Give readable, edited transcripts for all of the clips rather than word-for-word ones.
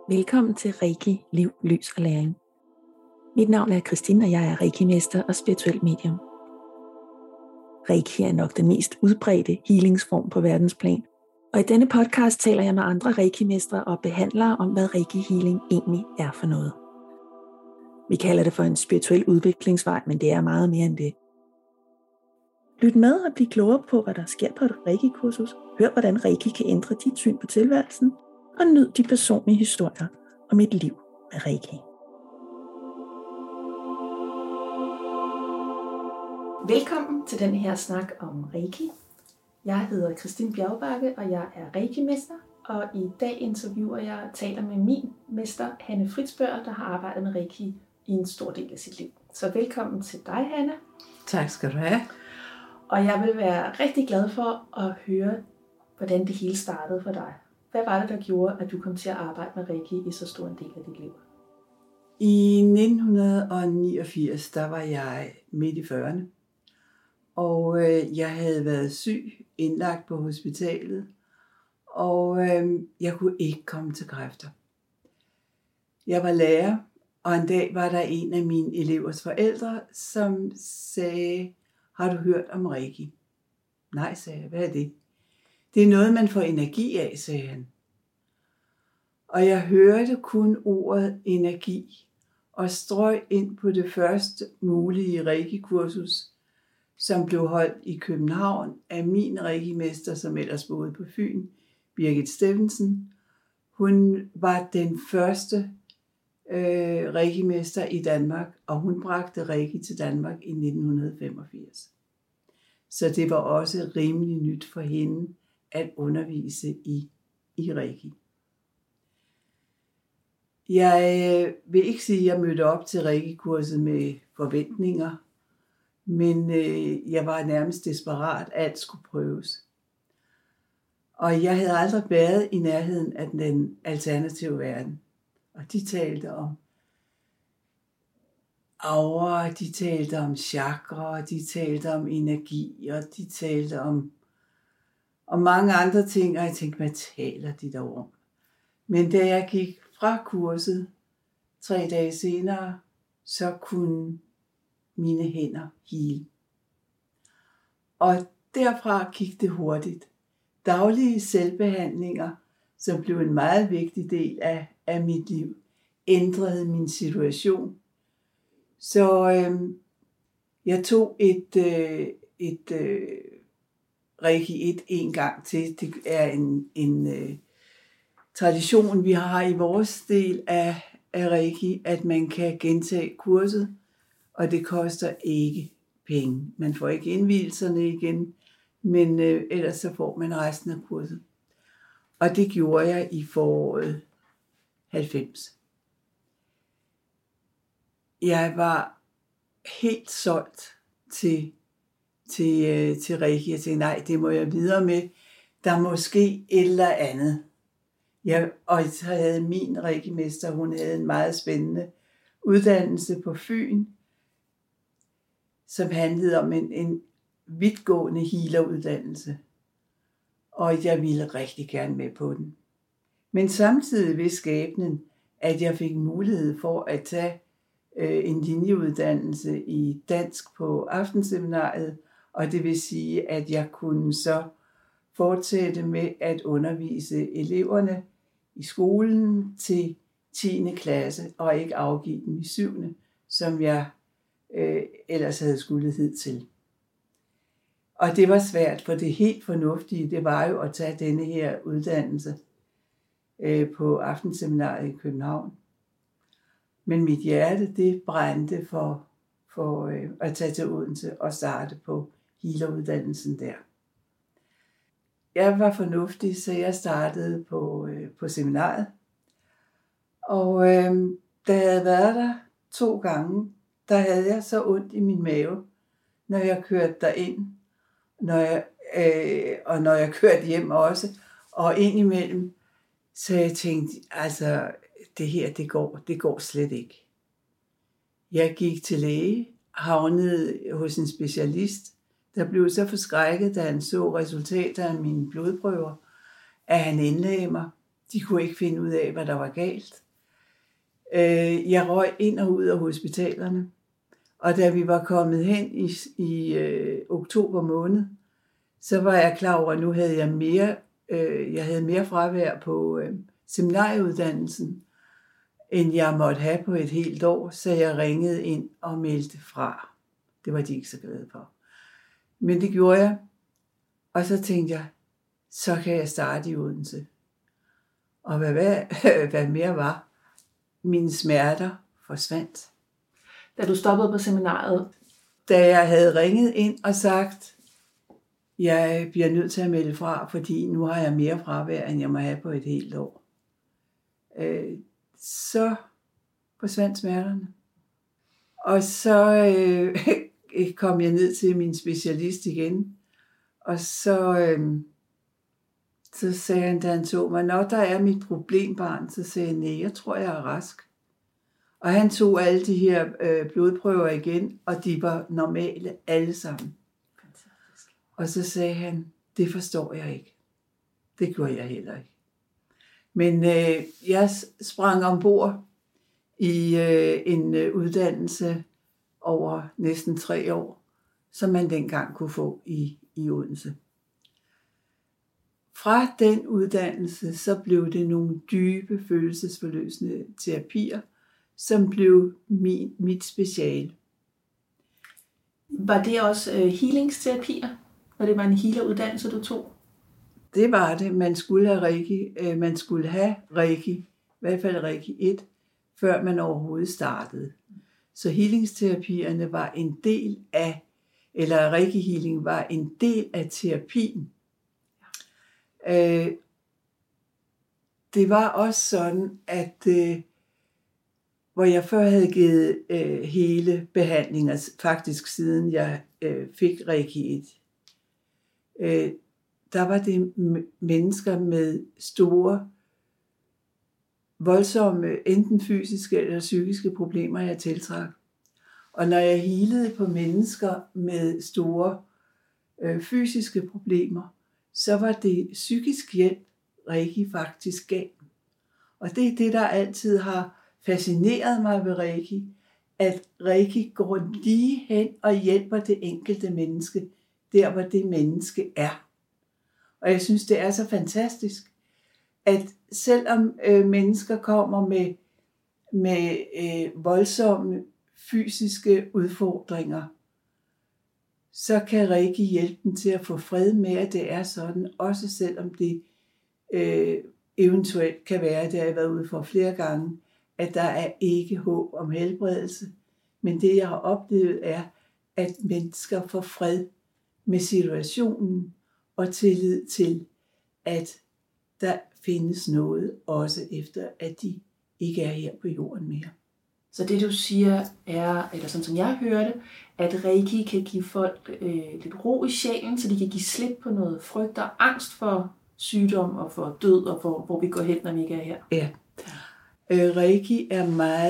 Velkommen til Reiki, Liv, Lys og Læring. Mit navn er Christine, og jeg er Reiki-mester og spirituel medium. Reiki er nok den mest udbredte healingsform på verdensplan, og i denne podcast taler jeg med andre Reiki-mestre og behandlere om, hvad Reiki-healing egentlig er for noget. Vi kalder det for en spirituel udviklingsvej, men det er meget mere end det. Lyt med og bliv klogere på, hvad der sker på et Reiki-kursus. Hør, hvordan Reiki kan ændre dit syn på tilværelsen, og nyd de personlige historier om et liv med Reiki. Velkommen til den her snak om Reiki. Jeg hedder Christine Bjergbakke, og jeg er Reiki-mester, og i dag interviewer jeg og taler med min mester, Hanne Fritzbøger, der har arbejdet med Reiki i en stor del af sit liv. Så velkommen til dig, Hanne. Tak skal du have. Og jeg vil være rigtig glad for at høre, hvordan det hele startede for dig. Hvad var det, der gjorde, at du kom til at arbejde med Reiki i så stor en del af dit liv? I 1989, der var jeg midt i 40'erne, og jeg havde været syg, indlagt på hospitalet, og jeg kunne ikke komme til kræfter. Jeg var lærer, og en dag var der en af mine elevers forældre, som sagde, har du hørt om Reiki? Nej, sagde jeg, hvad er det? Det er noget, man får energi af, sagde han. Og jeg hørte kun ordet energi og strøg ind på det første mulige Reiki-kursus, som blev holdt i København af min Reiki-mester, som ellers boede på Fyn, Birgit Steffensen. Hun var den første Reiki-mester i Danmark, og hun bragte Reiki til Danmark i 1985. Så det var også rimelig nyt for hende at undervise i Reiki. Jeg vil ikke sige, at jeg mødte op til Reiki-kurset med forventninger, men jeg var nærmest desperat, alt skulle prøves. Og jeg havde aldrig været i nærheden af den alternative verden. Og de talte om aura, de talte om chakra, de talte om energi, og de talte om mange andre ting, og jeg tænkte, hvad taler de derovre om? Men da jeg gik fra kurset 3 dage senere, så kunne mine hænder heale. Og derfra gik det hurtigt. Daglige selvbehandlinger, som blev en meget vigtig del af mit liv, ændrede min situation. Så jeg tog et Reiki 1 en gang til. Det er en tradition, vi har i vores del af Reiki, at man kan gentage kurset, og det koster ikke penge. Man får ikke indvielserne igen, men ellers så får man resten af kurset. Og det gjorde jeg i foråret 90. Jeg var helt solgt til Reiki. Jeg tænkte, nej, det må jeg videre med. Der er måske et eller andet. Og så havde min Reiki-mester, hun havde en meget spændende uddannelse på Fyn, som handlede om en vidtgående healeruddannelse. Og jeg ville rigtig gerne med på den. Men samtidig ved skæbnen, at jeg fik mulighed for at tage en linjeuddannelse i dansk på aftenseminariet, og det vil sige, at jeg kunne så fortsætte med at undervise eleverne i skolen til 10. klasse, og ikke afgive dem i 7., som jeg ellers havde skulle hidtil. Og det var svært, for det helt fornuftige, det var jo at tage denne her uddannelse på aftenseminariet i København. Men mit hjerte, det brændte for at tage til Odense og starte på healeruddannelsen der. Jeg var fornuftig, så jeg startede på seminariet. Og da jeg havde været der 2 gange, der havde jeg så ondt i min mave, når jeg kørte derind, og når jeg kørte hjem også, og indimellem, så jeg tænkte, altså det her, det går slet ikke. Jeg gik til læge, havnede hos en specialist, der blev så forskrækket, da han så resultater af mine blodprøver, at han indlagde mig De kunne ikke finde ud af, hvad der var galt. Jeg røg ind og ud af hospitalerne. Og da vi var kommet hen i oktober måned, så var jeg klar over, at nu havde jeg havde mere fravær på seminarieuddannelsen, end jeg måtte have på et helt år, så jeg ringede ind og meldte fra. Det var de ikke så glade for. Men det gjorde jeg, og så tænkte jeg, så kan jeg starte i Odense. Og hvad mere var, mine smerter forsvandt. Da du stoppede på seminariet? Da jeg havde ringet ind og sagt, jeg bliver nødt til at melde fra, fordi nu har jeg mere fravær, end jeg må have på et helt år. Så forsvandt smerterne. Og så kom jeg ned til min specialist igen, og så sagde han, da han så mig, når der er mit problembarn, så sagde jeg, nej, jeg tror, jeg er rask. Og han tog alle de her blodprøver igen, og de var normale alle sammen. Fantastisk. Og så sagde han, det forstår jeg ikke. Det gjorde jeg heller ikke. Men jeg sprang ombord i en uddannelse over næsten 3 år, som man dengang kunne få i Odense. Fra den uddannelse, så blev det nogle dybe følelsesforløsende terapier, som blev mit speciale. Var det også healingsterapier, når det var en healeruddannelse, du tog? Det var det. Man skulle have Reiki, i hvert fald Reiki 1, før man overhovedet startede. Så healingsterapierne var en del af, eller Reiki healing var en del af terapien. Det var også sådan, at hvor jeg før havde givet hele behandlinger, faktisk siden jeg fik Reiki 1, der var det mennesker med store, voldsomme, enten fysiske eller psykiske problemer, jeg tiltrak. Og når jeg healede på mennesker med store fysiske problemer, så var det psykisk hjælp, Reiki faktisk gav. Og det er det, der altid har fascineret mig ved Reiki, at Reiki går lige hen og hjælper det enkelte menneske, der hvor det menneske er. Og jeg synes, det er så fantastisk, at selvom mennesker kommer med voldsomme fysiske udfordringer, så kan Reiki hjælpe dem til at få fred med, at det er sådan, også selvom det eventuelt kan være, det har jeg været ude for flere gange, at der er ikke håb om helbredelse. Men det, jeg har oplevet, er, at mennesker får fred med situationen og tillid til, at der findes noget, også efter at de ikke er her på jorden mere. Så det du siger er, eller sådan som jeg hørte, at Reiki kan give folk lidt ro i sjælen, så de kan give slip på noget frygt og angst for sygdom og for død, og for hvor vi går hen, når vi ikke er her. Ja. Reiki er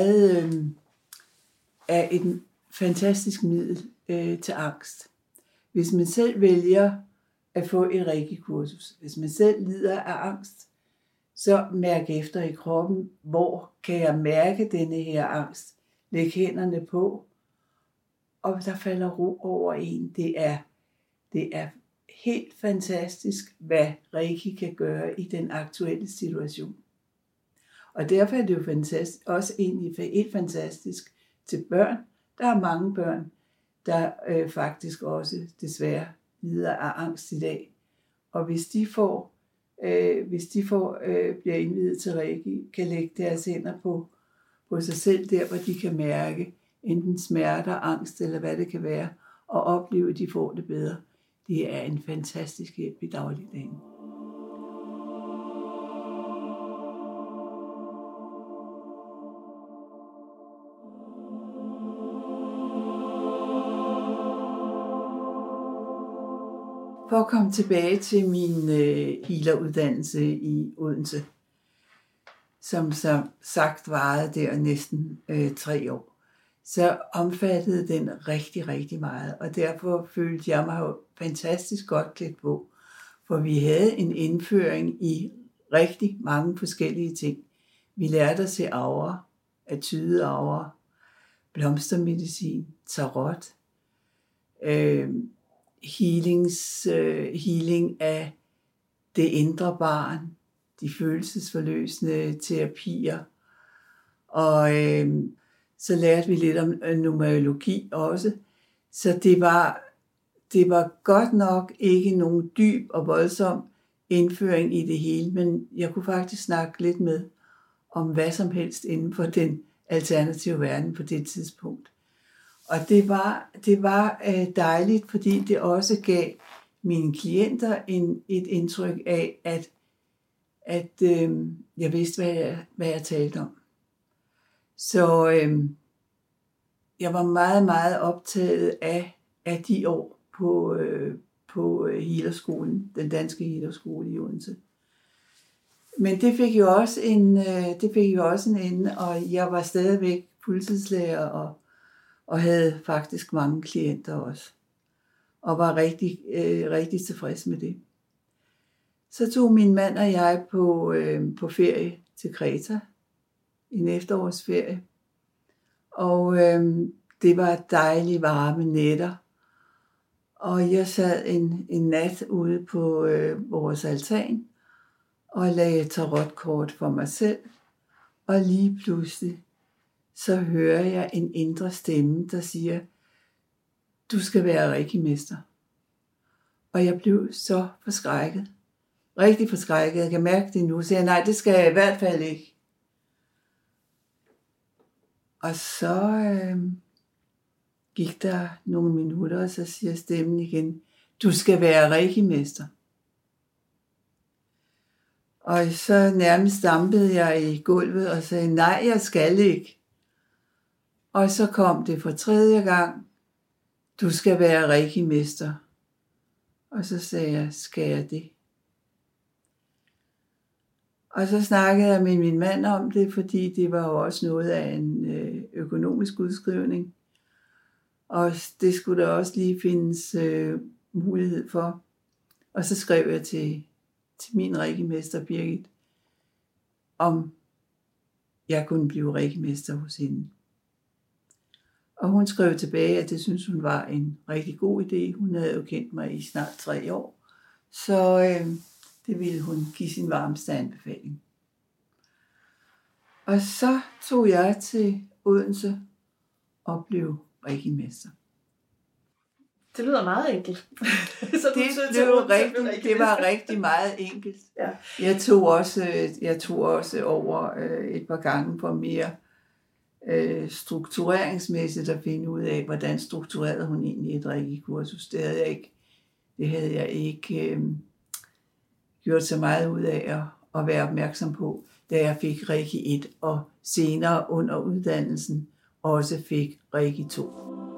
er et fantastisk middel til angst. Hvis man selv vælger at få et Reiki-kursus, hvis man selv lider af angst, så mærk efter i kroppen, hvor kan jeg mærke denne her angst. Læg hænderne på, og der falder ro over en. Det er helt fantastisk, hvad Reiki kan gøre i den aktuelle situation. Og derfor er det jo fantastisk, også egentlig helt fantastisk til børn. Der er mange børn, der faktisk også desværre lider af angst i dag. Og hvis de bliver indviet til Reiki, kan lægge deres hænder på sig selv, der hvor de kan mærke enten smerter, angst eller hvad det kan være, og opleve, at de får det bedre. Det er en fantastisk hjælp i dagligdagen. For at komme tilbage til min healeruddannelse i Odense, som sagt varede der næsten 3 år, så omfattede den rigtig, rigtig meget. Og derfor følte jeg mig jo fantastisk godt klædt på. For vi havde en indføring i rigtig mange forskellige ting. Vi lærte at se aura, at tyde aura, blomstermedicin, tarot, healing af det indre barn, de følelsesforløsende terapier. Og så lærte vi lidt om numerologi også. Så det var godt nok ikke nogen dyb og voldsom indføring i det hele, men jeg kunne faktisk snakke lidt med om hvad som helst inden for den alternative verden på det tidspunkt. Og det var dejligt, fordi det også gav mine klienter et indtryk af, at jeg vidste, hvad jeg talte om. Så jeg var meget, meget optaget af de år på healerskolen, den danske healerskole i Odense. Men det fik jo også en ende, og jeg var stadigvæk fuldtidslærer og havde faktisk mange klienter også. Og var rigtig, rigtig tilfreds med det. Så tog min mand og jeg på ferie til Kreta. En efterårsferie. Og det var dejlige varme nætter. Og jeg sad en nat ude på vores altan og lagde tarotkort for mig selv. Og lige pludselig så hører jeg en indre stemme, der siger, du skal være reiki-mester. Og jeg blev så forskrækket. Rigtig forskrækket. Jeg kan mærke det nu. Så jeg, nej, det skal jeg i hvert fald ikke. Og så gik der nogle minutter, og så siger stemmen igen, du skal være reiki-mester. Og så nærmest stampede jeg i gulvet og sagde, nej, jeg skal ikke. Og så kom det for tredje gang, du skal være reiki-mester. Og så sagde jeg, skal jeg det? Og så snakkede jeg med min mand om det, fordi det var jo også noget af en økonomisk udskrivning. Og det skulle der også lige findes mulighed for. Og så skrev jeg til min reiki-mester Birgit, om jeg kunne blive reiki-mester hos hende. Og hun skrev tilbage, at det synes hun var en rigtig god idé. Hun havde jo kendt mig i snart 3 år. Så det ville hun give sin varmeste anbefaling. Og så tog jeg til Odense og blev reiki-mester. Det lyder meget enkelt. Så det var rigtig meget enkelt. Ja. Jeg tog også over et par gange for mere struktureringsmæssigt at finde ud af, hvordan strukturerede hun egentlig et reiki-kursus. Det havde jeg ikke gjort så meget ud af at være opmærksom på, da jeg fik Reiki 1 og senere under uddannelsen også fik Reiki 2.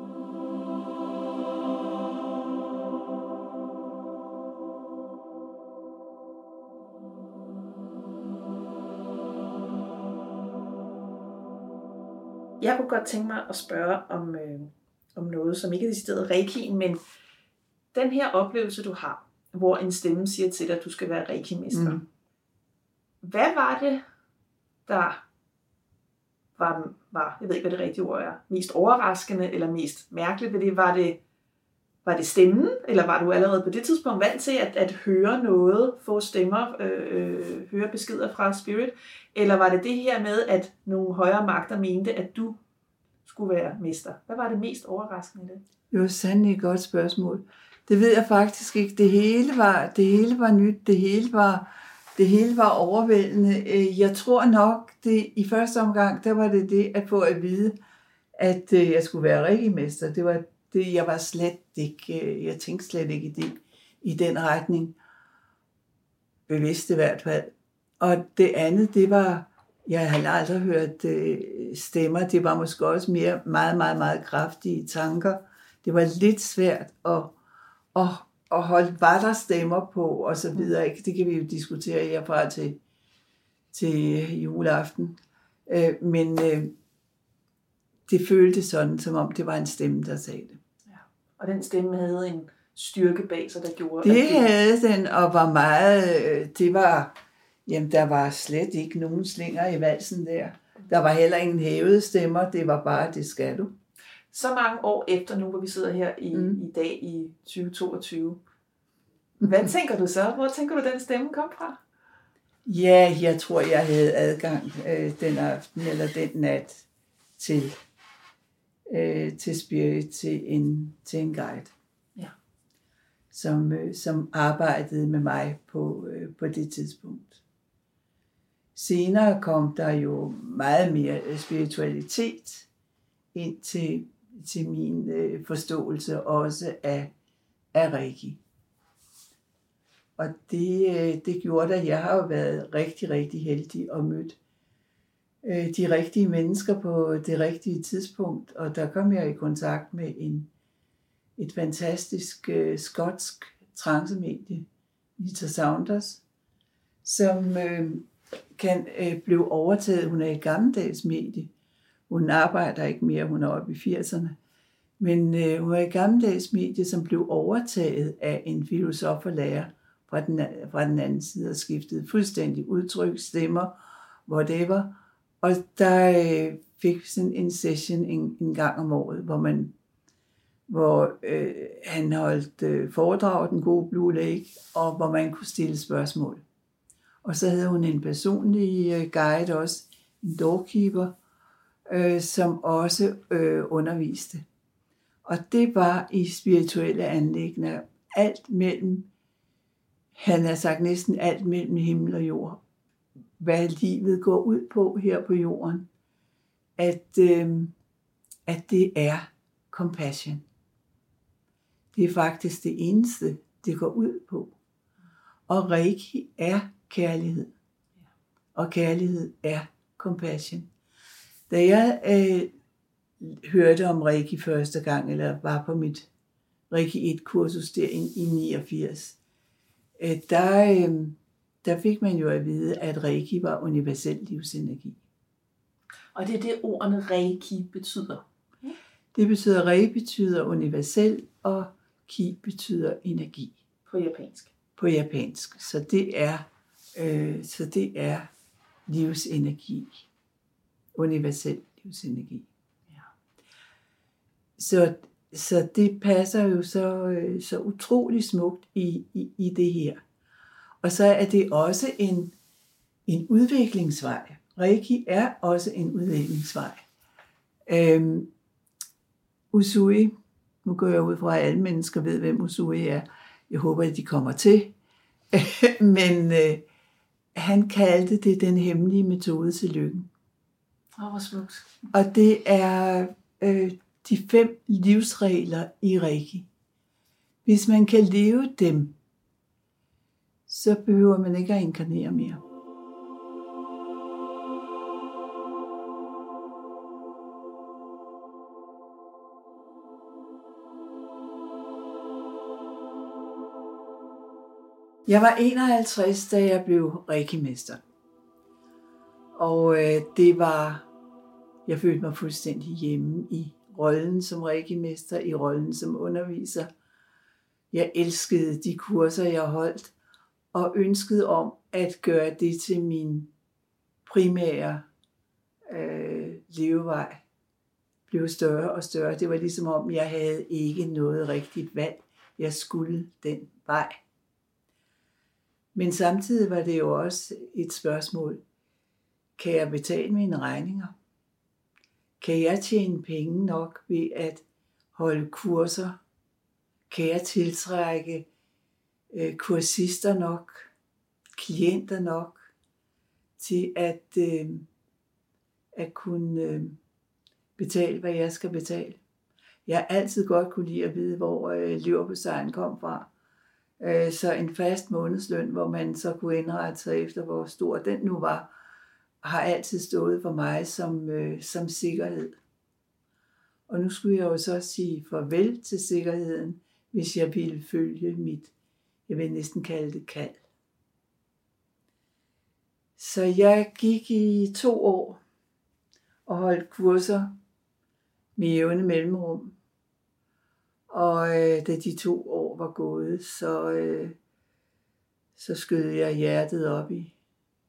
Jeg kunne godt tænke mig at spørge om noget, som ikke er decideret Reiki, men den her oplevelse, du har, hvor en stemme siger til dig, at du skal være Reiki-mester. Mm. Hvad var det, der var, jeg ved ikke, hvad det rigtige ord er, mest overraskende eller mest mærkeligt ved det? Var det stemmen, eller var du allerede på det tidspunkt vant til at høre noget, få stemmer, høre beskeder fra Spirit? Eller var det det her med, at nogle højere magter mente, at du skulle være mester? Hvad var det mest overraskende i det? Det var sandelig et godt spørgsmål. Det ved jeg faktisk ikke. Det hele var nyt. Det hele var overvældende. Jeg tror nok, det i første omgang, der var det at få at vide, at jeg skulle være reiki-mester. Det var det, jeg var slet ikke, jeg tænkte slet ikke i den retning. Bevidst i hvert fald. Og det andet, det var, jeg havde aldrig hørt stemmer. Det var måske også mere meget, meget, meget kraftige tanker. Det var lidt svært at holde, var der stemmer på, og så videre. Det kan vi jo diskutere herfra til juleaften. Men det føltes sådan, som om det var en stemme, der sagde det. Ja. Og den stemme havde en styrke bag sig, der gjorde... Det havde den, og var meget... Jamen, der var slet ikke nogen slinger i valsen der. Der var heller ingen hævede stemmer, det var bare, det skal du. Så mange år efter nu, hvor vi sidder her i dag i 2022. Hvad tænker du så? Hvor tænker du, den stemme kom fra? Ja, jeg tror, jeg havde adgang den aften eller den nat til Spirit, til en guide, Ja. som arbejdede med mig på det tidspunkt. Senere kom der jo meget mere spiritualitet ind til min forståelse også af Reiki. Og det gjorde, at jeg har jo været rigtig, rigtig heldig og mødt de rigtige mennesker på det rigtige tidspunkt. Og der kom jeg i kontakt med et fantastisk skotsk trancemedie, Nita Saunders, som blev overtaget. Hun er et gammeldags medie. Hun arbejder ikke mere, hun er oppe i 80'erne. Men hun er et gammeldags medie, som blev overtaget af en filosof og lærer fra den anden side og skiftede fuldstændig udtryk, stemmer, whatever. Og der fik sådan en session en gang om året, hvor han holdt foredrag, Den gode Blue Lake, og hvor man kunne stille spørgsmål. Og så havde hun en personlig guide også, en doorkeeper, som også underviste. Og det var i spirituelle anliggender, alt mellem, han har sagt næsten alt mellem himmel og jord. Hvad livet går ud på her på jorden. At det er compassion. Det er faktisk det eneste, det går ud på. Og Reiki er kærlighed. Og kærlighed er compassion. Da jeg hørte om Reiki første gang, eller var på mit Reiki 1-kursus der i 89, der fik man jo at vide, at Reiki var universel livsenergi. Og det er det, ordene Reiki betyder. Det betyder, Reiki betyder universel, og Ki betyder energi. På japansk. På japansk. Så det er livsenergi. Universel livsenergi. Ja. Så det passer jo så utrolig smukt i det her. Og så er det også en udviklingsvej. Reiki er også en udviklingsvej. Usui, nu går jeg ud fra, at alle mennesker ved, hvem Usui er. Jeg håber, at de kommer til. Men han kaldte det den hemmelige metode til lykken. Hvor smukt. Og det er de 5 livsregler i Reiki. Hvis man kan leve dem, så behøver man ikke at inkarnere mere. Jeg var 51, da jeg blev Reiki-mester. Og jeg følte mig fuldstændig hjemme i rollen som Reiki-mester, i rollen som underviser. Jeg elskede de kurser, jeg holdt, og ønskede om at gøre det til min primære levevej. Blev større og større. Det var ligesom om, jeg havde ikke noget rigtigt valg. Jeg skulle den vej. Men samtidig var det jo også et spørgsmål. Kan jeg betale mine regninger? Kan jeg tjene penge nok ved at holde kurser? Kan jeg tiltrække kursister nok? Klienter nok? Til at kunne betale, hvad jeg skal betale? Jeg har altid godt kunne lide at vide, hvor leverpostejen kom fra. Så en fast månedsløn, hvor man så kunne indrette sig efter, hvor stor den nu var, har altid stået for mig som sikkerhed. Og nu skulle jeg jo så sige farvel til sikkerheden, hvis jeg ville følge mit, jeg vil næsten kalde det kald. Så jeg gik i 2 år og holdt kurser med jævne mellemrum. Og da de 2 år var gået, så skød jeg hjertet op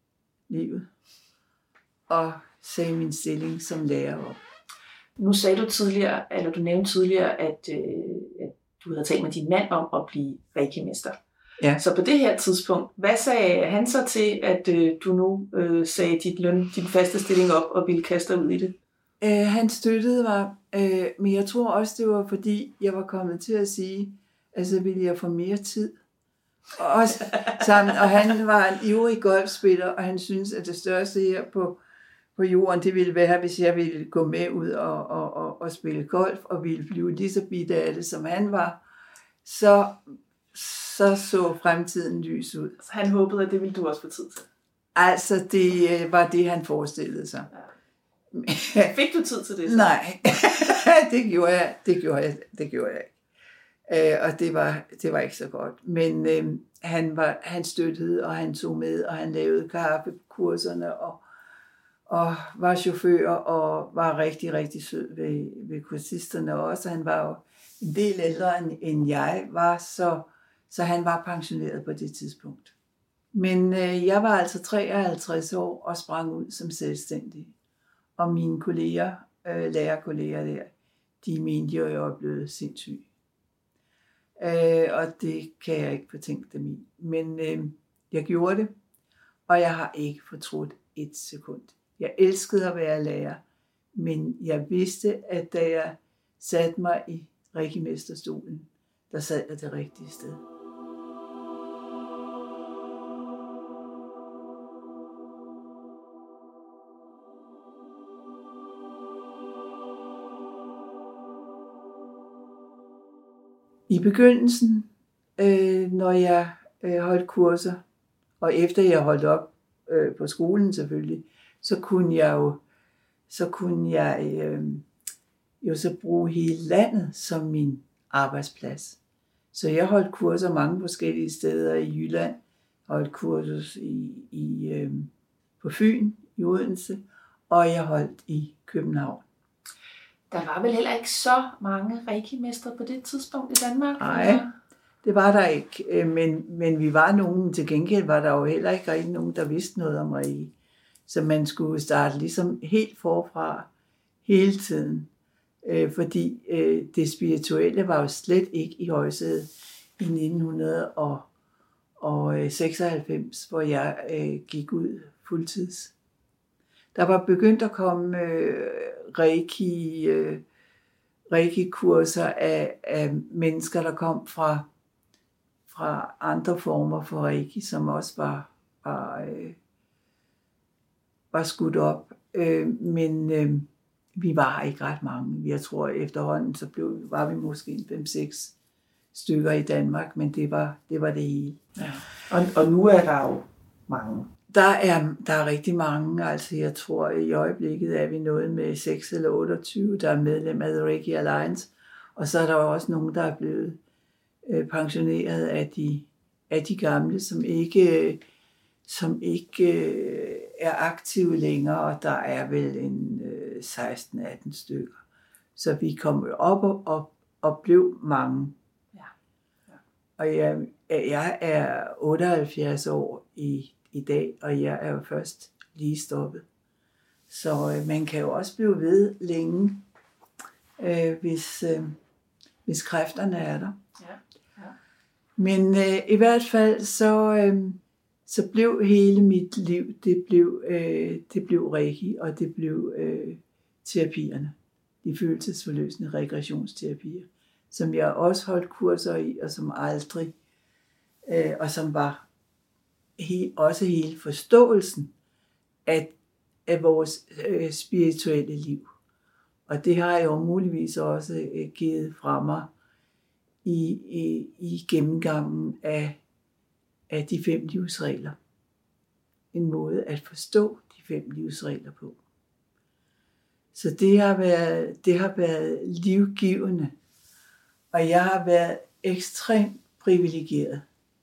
livet. Og sagde min stilling som lærer op. Nu sagde du tidligere, eller du nævnte tidligere, at du havde talt med din mand om at blive reiki-mester. Ja. Så på det her tidspunkt, hvad sagde han så til, at du nu sagde din faste stilling op og ville kaste dig ud i det? Han støttede mig, men jeg tror også, det var fordi, jeg var kommet til at sige, at så ville jeg få mere tid. Og han var en ivrig golfspiller, og han syntes, at det største her på jorden, det ville være, hvis jeg ville gå med ud og spille golf, og ville blive lige så bidt af det, som han var, så fremtiden lys ud. Så han håbede, at det ville du også få tid til? Altså, det var det, han forestillede sig. Ja. Fik du tid til det så? Nej, det gjorde jeg ikke. Og det var ikke så godt. Men han støttede, og han tog med, og han lavede kaffekurserne, og var chauffør, og var rigtig, rigtig sød ved kursisterne også. Han var jo en del ældre, end jeg var, så han var pensioneret på det tidspunkt. Men jeg var altså 53 år og sprang ud som selvstændig. Og mine kolleger, lærerkolleger der, de mente jo, at jeg var blevet sindssyg. Og det kan jeg ikke fortænke dem i. Men jeg gjorde det, og jeg har ikke fortrudt et sekund. Jeg elskede at være lærer, men jeg vidste, at da jeg satte mig i reikimesterstolen, der sad jeg det rigtige sted. I begyndelsen, når jeg holdt kurser, og efter jeg holdt op på skolen selvfølgelig, så kunne jeg jo så bruge hele landet som min arbejdsplads. Så jeg holdt kurser mange forskellige steder i Jylland, holdt kurser på Fyn, i Odense, og jeg holdt i København. Der var vel heller ikke så mange reiki-mestre på det tidspunkt i Danmark? Nej, det var der ikke, men vi var nogen. Til gengæld var der jo heller ikke rigtig nogen, der vidste noget om reiki. Så man skulle starte ligesom helt forfra hele tiden, fordi det spirituelle var jo slet ikke i højsædet i 1996, hvor jeg gik ud fuldtids. Der var begyndt at komme reiki-kurser af mennesker, der kom fra andre former for reiki, som også var skudt op. Men vi var ikke ret mange. Jeg tror efterhånden, så var vi måske 5-6 stykker i Danmark, men det var det hele. Ja. Og nu er der jo mange. Der er rigtig mange. Altså jeg tror i øjeblikket er vi nået med 6 eller 28, der er medlem af The Reiki Alliance. Og så er der også nogen, der er blevet pensioneret af de gamle, som ikke er aktive længere, og der er vel en 16-18 stykker. Så vi kom op og blev mange. Ja. Og jeg er 78 år i dag, og jeg er jo først lige stoppet. Så man kan jo også blive ved længe, hvis kræfterne er der. Ja. Ja. Men i hvert fald så blev hele mit liv, det blev reiki, og det blev terapierne. De følelsesforløsende regressionsterapier, som jeg også holdt kurser i, og som aldrig, og som var også hele forståelsen af vores spirituelle liv. Og det har jeg jo muligvis også givet fra mig i gennemgangen af de 5 livsregler. En måde at forstå de 5 livsregler på. Så det har været livgivende, og jeg har været ekstremt privilegeret.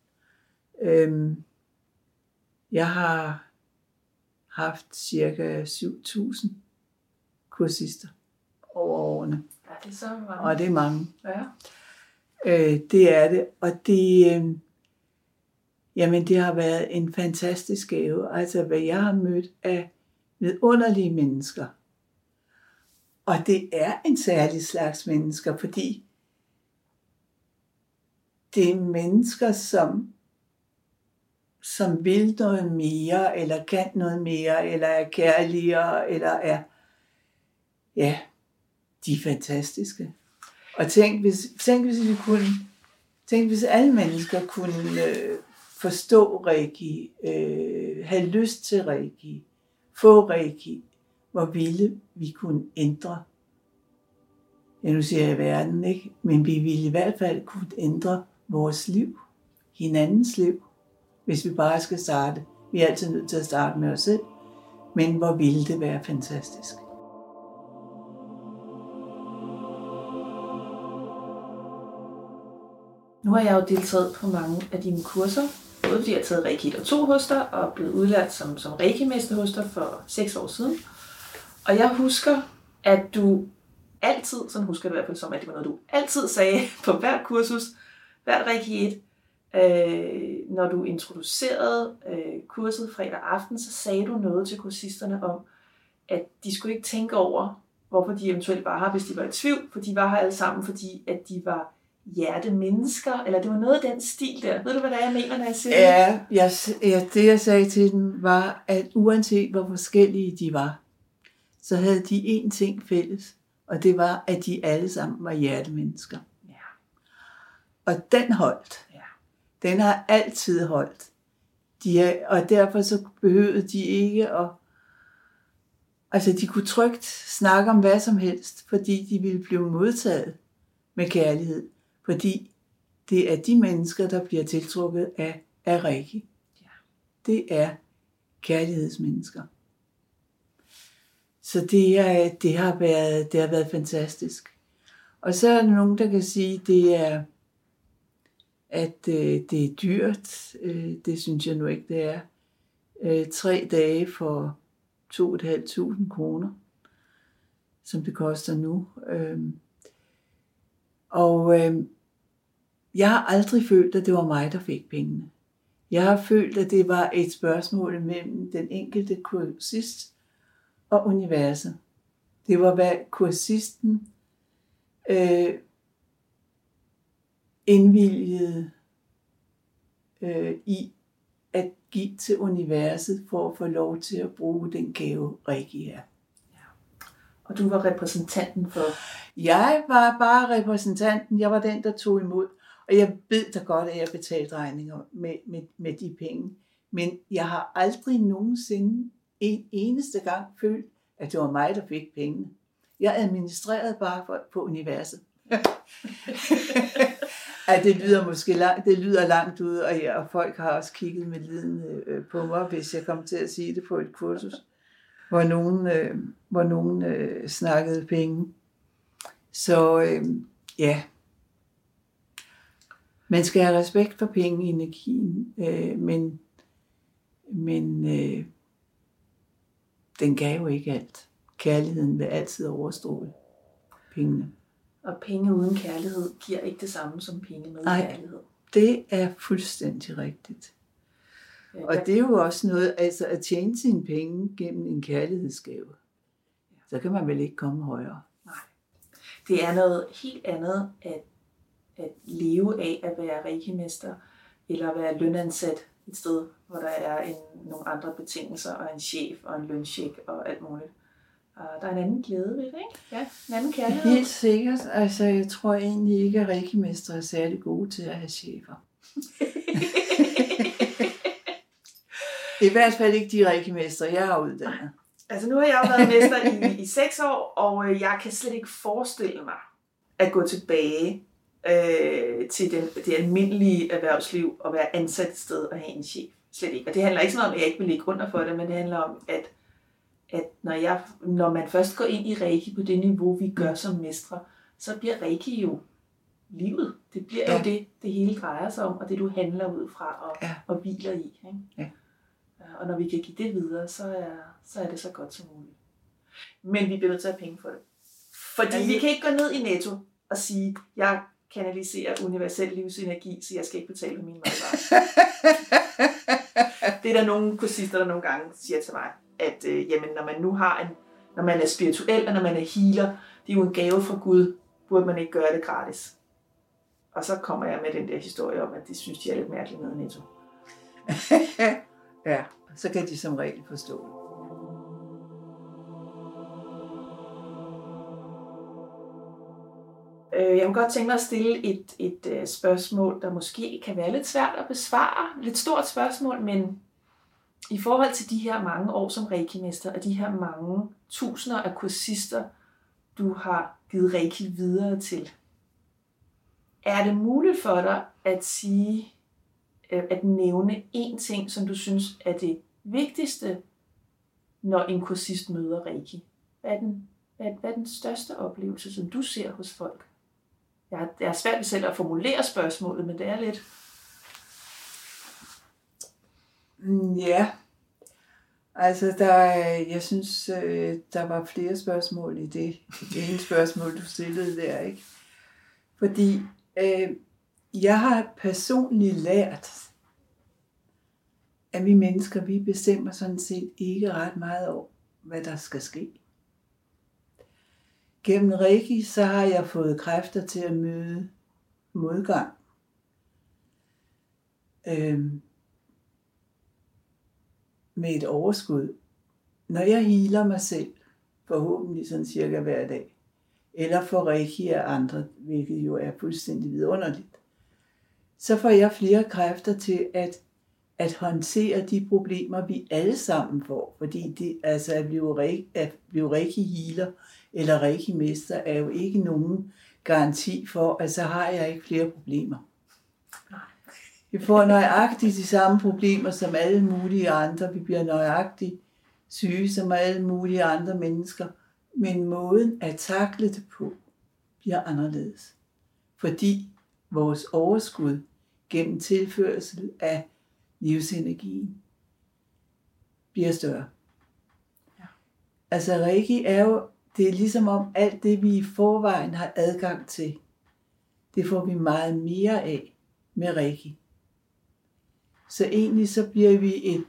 Jeg har haft cirka 7.000 kursister over årene. Ja, det er så mange. Og det er mange. Ja. Det er det, og Jamen, det har været en fantastisk gave. Altså, hvad jeg har mødt af vidunderlige mennesker. Og det er en særlig slags mennesker, fordi det er mennesker, som vil noget mere, eller kan noget mere, eller er kærligere, eller er, ja, de er fantastiske. Og tænk hvis alle mennesker kunne forstå Reiki, have lyst til Reiki, få Reiki, hvor ville vi kunne ændre, ja, nu siger jeg verden, ikke? Men vi ville i hvert fald kunne ændre vores liv, hinandens liv, hvis vi bare skal starte. Vi er altid nødt til at starte med os selv, men hvor ville det være fantastisk. Nu har jeg jo deltaget på mange af dine kurser, både fordi jeg har taget Reiki 1 og 2 hos dig, og blevet udlært som Reiki-mester hos dig for 6 år siden. Og jeg husker, at du altid, sådan husker jeg det i hvert fald som, at det var noget, du altid sagde på hvert kursus, hvert Reiki 1, når du introducerede kurset fredag aften, så sagde du noget til kursisterne om, at de skulle ikke tænke over, hvorfor de eventuelt var her, hvis de var i tvivl, for de var her alle sammen, fordi at de var hjertemennesker, eller det var noget af den stil der. Ved du, hvad det er, jeg mener, når jeg siger det? Ja, det jeg sagde til dem var, at uanset hvor forskellige de var, så havde de én ting fælles, og det var, at de alle sammen var hjertemennesker. Ja. Og den holdt. Ja. Den har altid holdt. Og derfor så behøvede de ikke at... Altså, de kunne trygt snakke om hvad som helst, fordi de ville blive modtaget med kærlighed. Fordi det er de mennesker, der bliver tiltrukket af Reiki. Ja. Det er kærlighedsmennesker. Så det har været fantastisk. Og så er der nogen, der kan sige, at det er dyrt. Det synes jeg nu ikke, det er. 3 dage for 2.500 kroner, som det koster nu. Jeg har aldrig følt, at det var mig, der fik pengene. Jeg har følt, at det var et spørgsmål mellem den enkelte kursist og universet. Det var, hvad kursisten indvilgede i at give til universet for at få lov til at bruge den gave, Reiki er. Og du var repræsentanten for... Jeg var bare repræsentanten. Jeg var den, der tog imod. Og jeg ved da godt, at jeg betalte regninger med de penge. Men jeg har aldrig nogensinde en eneste gang følt, at det var mig, der fik pengene. Jeg administrerede bare på universet. At det lyder måske langt ud, og folk har også kigget med lidende på mig, hvis jeg kom til at sige det på et kursus, hvor nogen snakkede penge. Så ja, man skal have respekt for pengeenergien, men den gav jo ikke alt. Kærligheden vil altid overstråle pengene. Og penge uden kærlighed giver ikke det samme som penge med kærlighed. Det er fuldstændig rigtigt. Ja, og det er jo også noget, altså at tjene sine penge gennem en kærlighedsgave. Så kan man vel ikke komme højere. Nej. Det er noget helt andet at leve af at være reiki-mester, eller at være lønansat et sted, hvor der er nogle andre betingelser, og en chef, og en løncheck, og alt muligt. Og der er en anden glæde ved det, ikke? Ja, en anden kærlighed. Helt sikkert. Altså, jeg tror egentlig ikke, at reiki-mestre er særlig gode til at have chefer. I hvert fald ikke de reiki-mestre, jeg har uddannet. Altså, nu har jeg jo været mester i 6 år, og jeg kan slet ikke forestille mig at gå tilbage til det almindelige erhvervsliv og være ansat et sted og have en chef. Slet ikke. Og det handler ikke sådan om, at jeg ikke vil ligge under for det, men det handler om, at når man først går ind i Reiki på det niveau, vi gør som mestre, så bliver Reiki jo livet. Det bliver jo det hele drejer sig om, og det du handler ud fra og hviler i. Ikke? Ja. Og når vi kan give det videre, så er det så godt som muligt. Men vi bliver nødt til at have penge for det. Fordi vi kan ikke gå ned i Netto og sige, jeg kanalisere universel livsenergi, så jeg skal ikke betale for min madvarer. Det er der nogle kursister, der nogle gange siger til mig, at jamen, når man nu når man er spirituel, og når man er healer, det er jo en gave fra Gud, burde man ikke gøre det gratis. Og så kommer jeg med den der historie om, at de synes, de er lidt mærkelige nede i Netto. Ja, så kan de som regel forstå det. Jeg kunne godt tænke mig at stille et spørgsmål, der måske kan være lidt svært at besvare. Lidt stort spørgsmål, men i forhold til de her mange år som reiki-mester, og de her mange tusinder af kursister, du har givet reiki videre til, er det muligt for dig at sige, at nævne én ting, som du synes er det vigtigste, når en kursist møder reiki? Hvad er den største oplevelse, som du ser hos folk? Jeg er svært ved selv at formulere spørgsmålet, men det er lidt... Ja, altså jeg synes, der var flere spørgsmål i det ene spørgsmål, du stillede der, ikke? Fordi jeg har personligt lært, at vi mennesker, vi bestemmer sådan set ikke ret meget over, hvad der skal ske. Gennem reiki, så har jeg fået kræfter til at møde modgang. Med et overskud. Når jeg healer mig selv, forhåbentlig sådan cirka hver dag, eller får reiki af andre, hvilket jo er fuldstændig vidunderligt, så får jeg flere kræfter til at håndtere de problemer, vi alle sammen får. Fordi det, altså at blive reiki-healer eller reiki-mester er jo ikke nogen garanti for, at så har jeg ikke flere problemer. Vi får nøjagtigt de samme problemer som alle mulige andre. Vi bliver nøjagtigt syge som alle mulige andre mennesker. Men måden at takle det på bliver anderledes. Fordi vores overskud gennem tilførsel af livsenergien bliver større. Ja. Altså reiki er jo, det er ligesom om alt det, vi i forvejen har adgang til, det får vi meget mere af med reiki. Så egentlig så bliver vi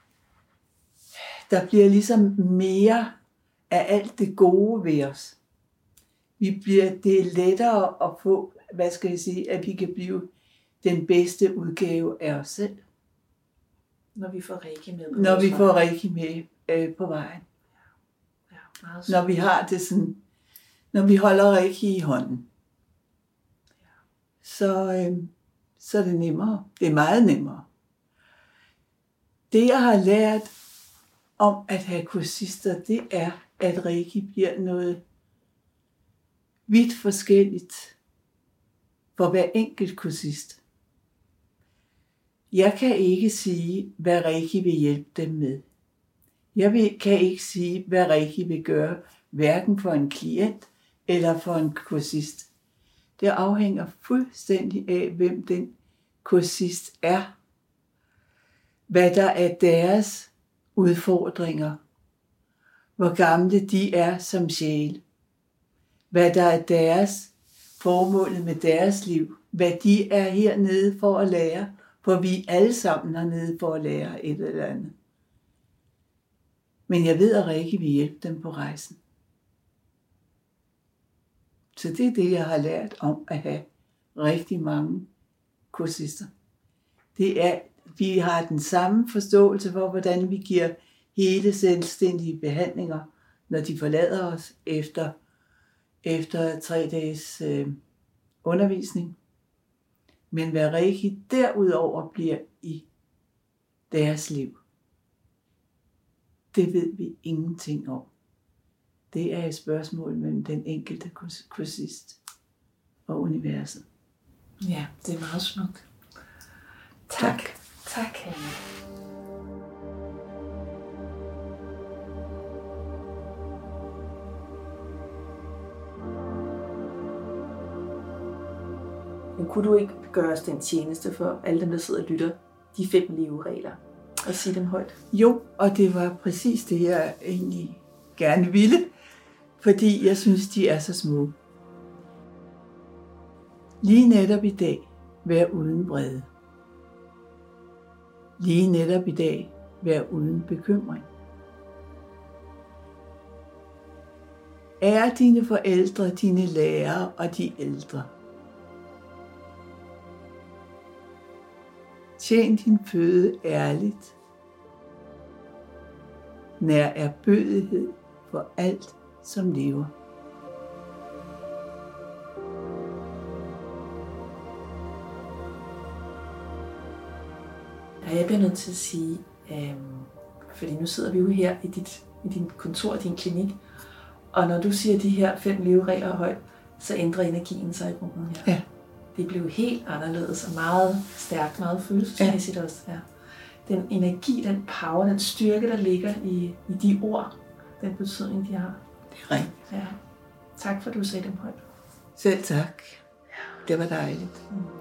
der bliver ligesom mere af alt det gode ved os. Det er lettere at få, at vi kan blive den bedste udgave af os selv. Når vi får reiki med. Når vi får reiki med på vejen. Ja, meget når vi har det sådan, når vi holder reiki i hånden. Ja. Så er det nemmere. Det er meget nemmere. Det jeg har lært om at have kursister, det er, at reiki bliver noget vidt forskelligt for hver enkelt kursist. Jeg kan ikke sige, hvad reiki vil hjælpe dem med. Kan ikke sige, hvad reiki vil gøre, hverken for en klient eller for en kursist. Det afhænger fuldstændig af, hvem den kursist er. Hvad der er deres udfordringer. Hvor gamle de er som sjæl. Hvad der er deres formål med deres liv. Hvad de er hernede for at lære. For vi alle sammen hernede for at lære et eller andet. Men jeg ved, at reiki vil hjælpe dem på rejsen. Så det er det, jeg har lært om at have rigtig mange kursister. Det er, vi har den samme forståelse for, hvordan vi giver hele selvstændige behandlinger, når de forlader os efter 3 dages undervisning. Men hvad reiki derudover bliver i deres liv, det ved vi ingenting om. Det er et spørgsmål mellem den enkelte kursist og universet. Ja, det er meget smukt. Tak. Tak, Hanne. Men kunne du ikke gøre os den tjeneste for alle dem, der sidder og lytter, de 5 leveregler, og sige dem højt? Jo, og det var præcis det, jeg egentlig gerne ville, fordi jeg synes, de er så små. Lige netop i dag, vær uden vrede. Lige netop i dag, vær uden bekymring. Ære dine forældre, dine lærere og de ældre. Tjen din føde ærligt. Nær ærbødighed for alt, som lever. Jeg bliver nødt til at sige, fordi nu sidder vi jo her i din kontor, din klinik, og når du siger de her 5 leveregler højt, så ændrer energien sig i rummet her. Ja. Det blev helt anderledes og meget stærkt, meget følelsesmæssigt også. Ja. Den energi, den power, den styrke, der ligger i de ord, den betydning, de har. Det er rigtigt. Ja. Tak for, at du sagde dem højt. Selv tak. Det var dejligt.